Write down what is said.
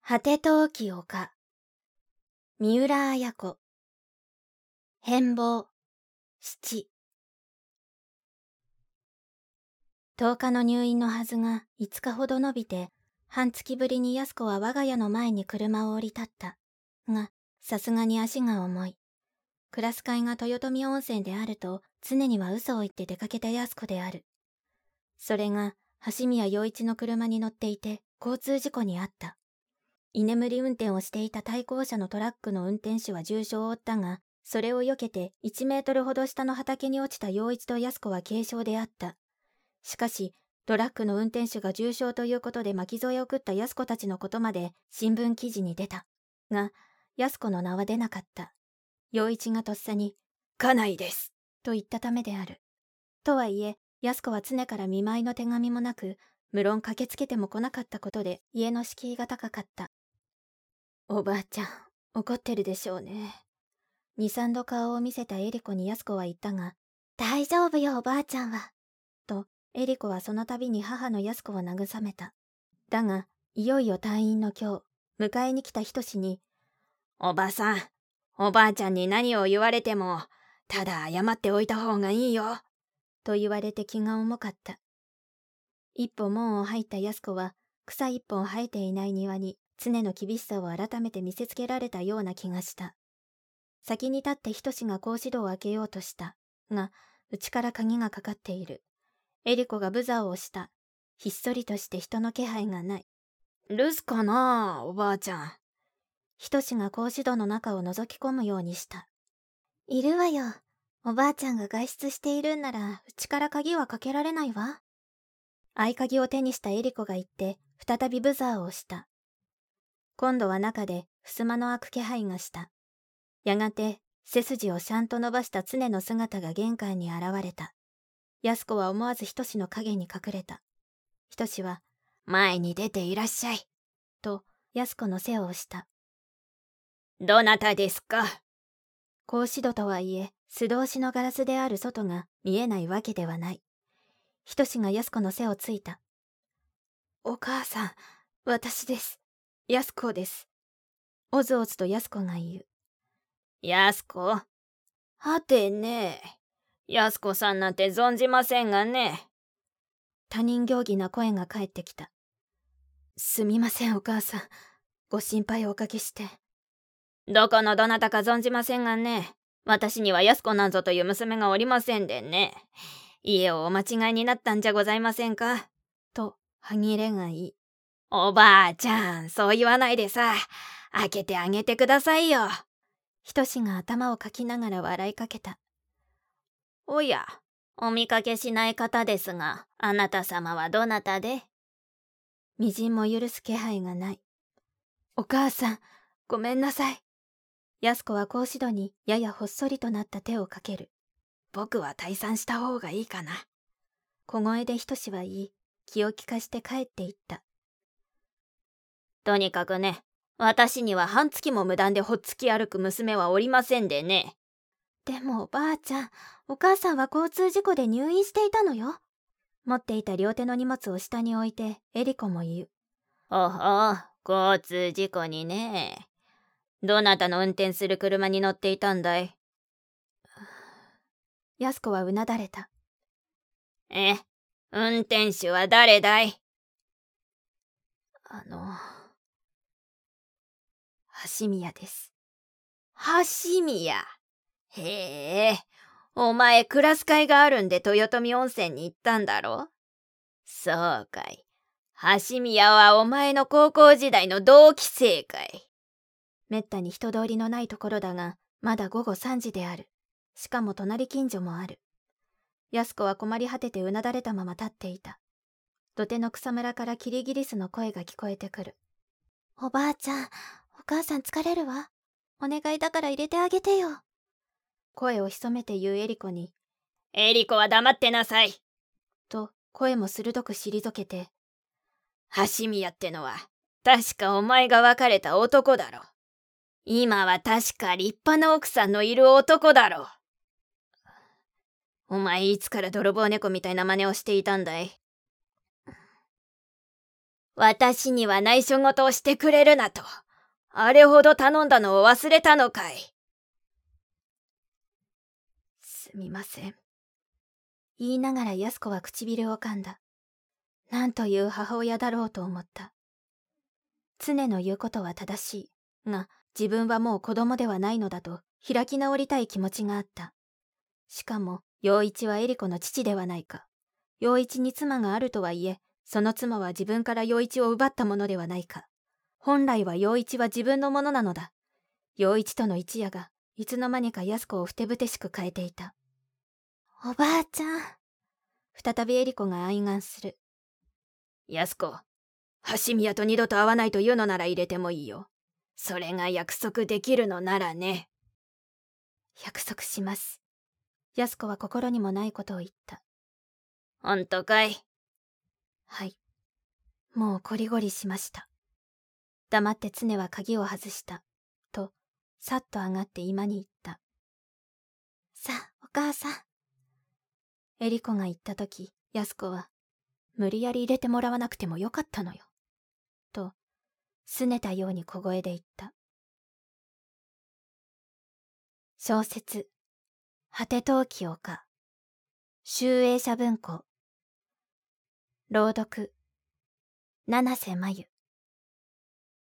果て遠き丘。三浦綾子。変貌。7。10日の入院のはずが5日ほど延びて、半月ぶりに安子は我が家の前に車を降り立った。が、さすがに足が重い。クラス会が豊富温泉であると、常には嘘を言って出かけた安子である。それが、橋宮陽一の車に乗っていて、交通事故に遭った。居眠り運転をしていた対向車のトラックの運転手は重傷を負ったが、それを避けて1メートルほど下の畑に落ちた陽一と安子は軽傷であった。しかし、トラックの運転手が重傷ということで巻き添えを食った安子たちのことまで新聞記事に出た。が、安子の名は出なかった。陽一がとっさに、家内です、と言ったためである。とはいえ、安子は常から見舞いの手紙もなく、無論駆けつけても来なかったことで家の敷居が高かった。おばあちゃん、怒ってるでしょうね。2、3度顔を見せたエリコに安子は言ったが、大丈夫よおばあちゃんは。と、エリコはその度に母の安子を慰めた。だが、いよいよ退院の今日、迎えに来たひとしに、おばさん、おばあちゃんに何を言われても、ただ謝っておいた方がいいよ。と言われて気が重かった。一歩門を入った安子は、草一本生えていない庭に、常の厳しさを改めて見せつけられたような気がした。先に立ってひとしが格子戸を開けようとした。が、内から鍵がかかっている。エリコがブザーをした。ひっそりとして人の気配がない。留守かなあ、おばあちゃん。ひとしが格子戸の中を覗き込むようにした。いるわよ。おばあちゃんが外出しているんなら、内から鍵はかけられないわ。合鍵を手にしたエリコが言って、再びブザーをした。今度は中で、襖の開く気配がした。やがて、背筋をしゃんと伸ばした常の姿が玄関に現れた。安子は思わずひとしの影に隠れた。ひとしは、前に出ていらっしゃい。と、安子の背を押した。どなたですか。格子戸とはいえ、素通しのガラスである外が見えないわけではない。ひとしが安子の背をついた。お母さん、私です。安子です。おずおずと安子が言う。安子はてねえ。安子さんなんて存じませんがね。他人行儀な声が返ってきた。すみませんお母さん。ご心配をおかけして。どこのどなたか存じませんがね。私には安子なんぞという娘がおりませんでね。家をお間違いになったんじゃございませんか。と、歯切れがいい。おばあちゃん、そう言わないでさ。開けてあげてくださいよ。ひとしが頭をかきながら笑いかけた。おや、お見かけしない方ですが、あなた様はどなたで。みじんも許す気配がない。お母さん、ごめんなさい。安子は格子戸にややほっそりとなった手をかける。僕は退散した方がいいかな。小声でひとしは言い、気を利かして帰っていった。とにかくね、私には半月も無断でほっつき歩く娘はおりませんでね。でもおばあちゃん、お母さんは交通事故で入院していたのよ。持っていた両手の荷物を下に置いて、エリコも言う。ほほ、交通事故にね。どなたの運転する車に乗っていたんだい。安子はうなだれた。運転手は誰だい。橋宮です。橋宮。へえ、お前クラス会があるんで豊富温泉に行ったんだろ。そうかい。橋宮はお前の高校時代の同期生かい。めったに人通りのないところだが、まだ午後3時である。しかも隣近所もある。安子は困り果ててうなだれたまま立っていた。土手の草むらからキリギリスの声が聞こえてくる。おばあちゃん、お母さん疲れるわ。お願いだから入れてあげてよ。声を潜めて言うエリコに、エリコは黙ってなさい。と声も鋭く退けて、橋宮ってのは確かお前が別れた男だろ。今は確か立派な奥さんのいる男だろ。お前いつから泥棒猫みたいな真似をしていたんだい。 私には内緒事をしてくれるなと、あれほど頼んだのを忘れたのかい。 すみません。言いながら安子は唇を噛んだ。なんという母親だろうと思った。常の言うことは正しいが、自分はもう子供ではないのだと開き直りたい気持ちがあった。しかも陽一はエリコの父ではないか。陽一に妻があるとはいえ、その妻は自分から陽一を奪ったものではないか。本来は陽一は自分のものなのだ。陽一との一夜がいつの間にか安子をふてぶてしく変えていた。おばあちゃん。再びエリコが哀願する。 安子、橋宮と二度と会わないというのなら入れてもいいよ。それが約束できるのならね。 約束します。安子は心にもないことを言った。 ほんとかい。 はい。もうこりごりしました。黙って常は鍵を外した。と、さっと上がって居間に行った。さあ、お母さん。エリコが言ったとき、安子は、無理やり入れてもらわなくてもよかったのよ。と、拗ねたように小声で言った。小説、果て陶器丘。集英社文庫。朗読、七瀬真由。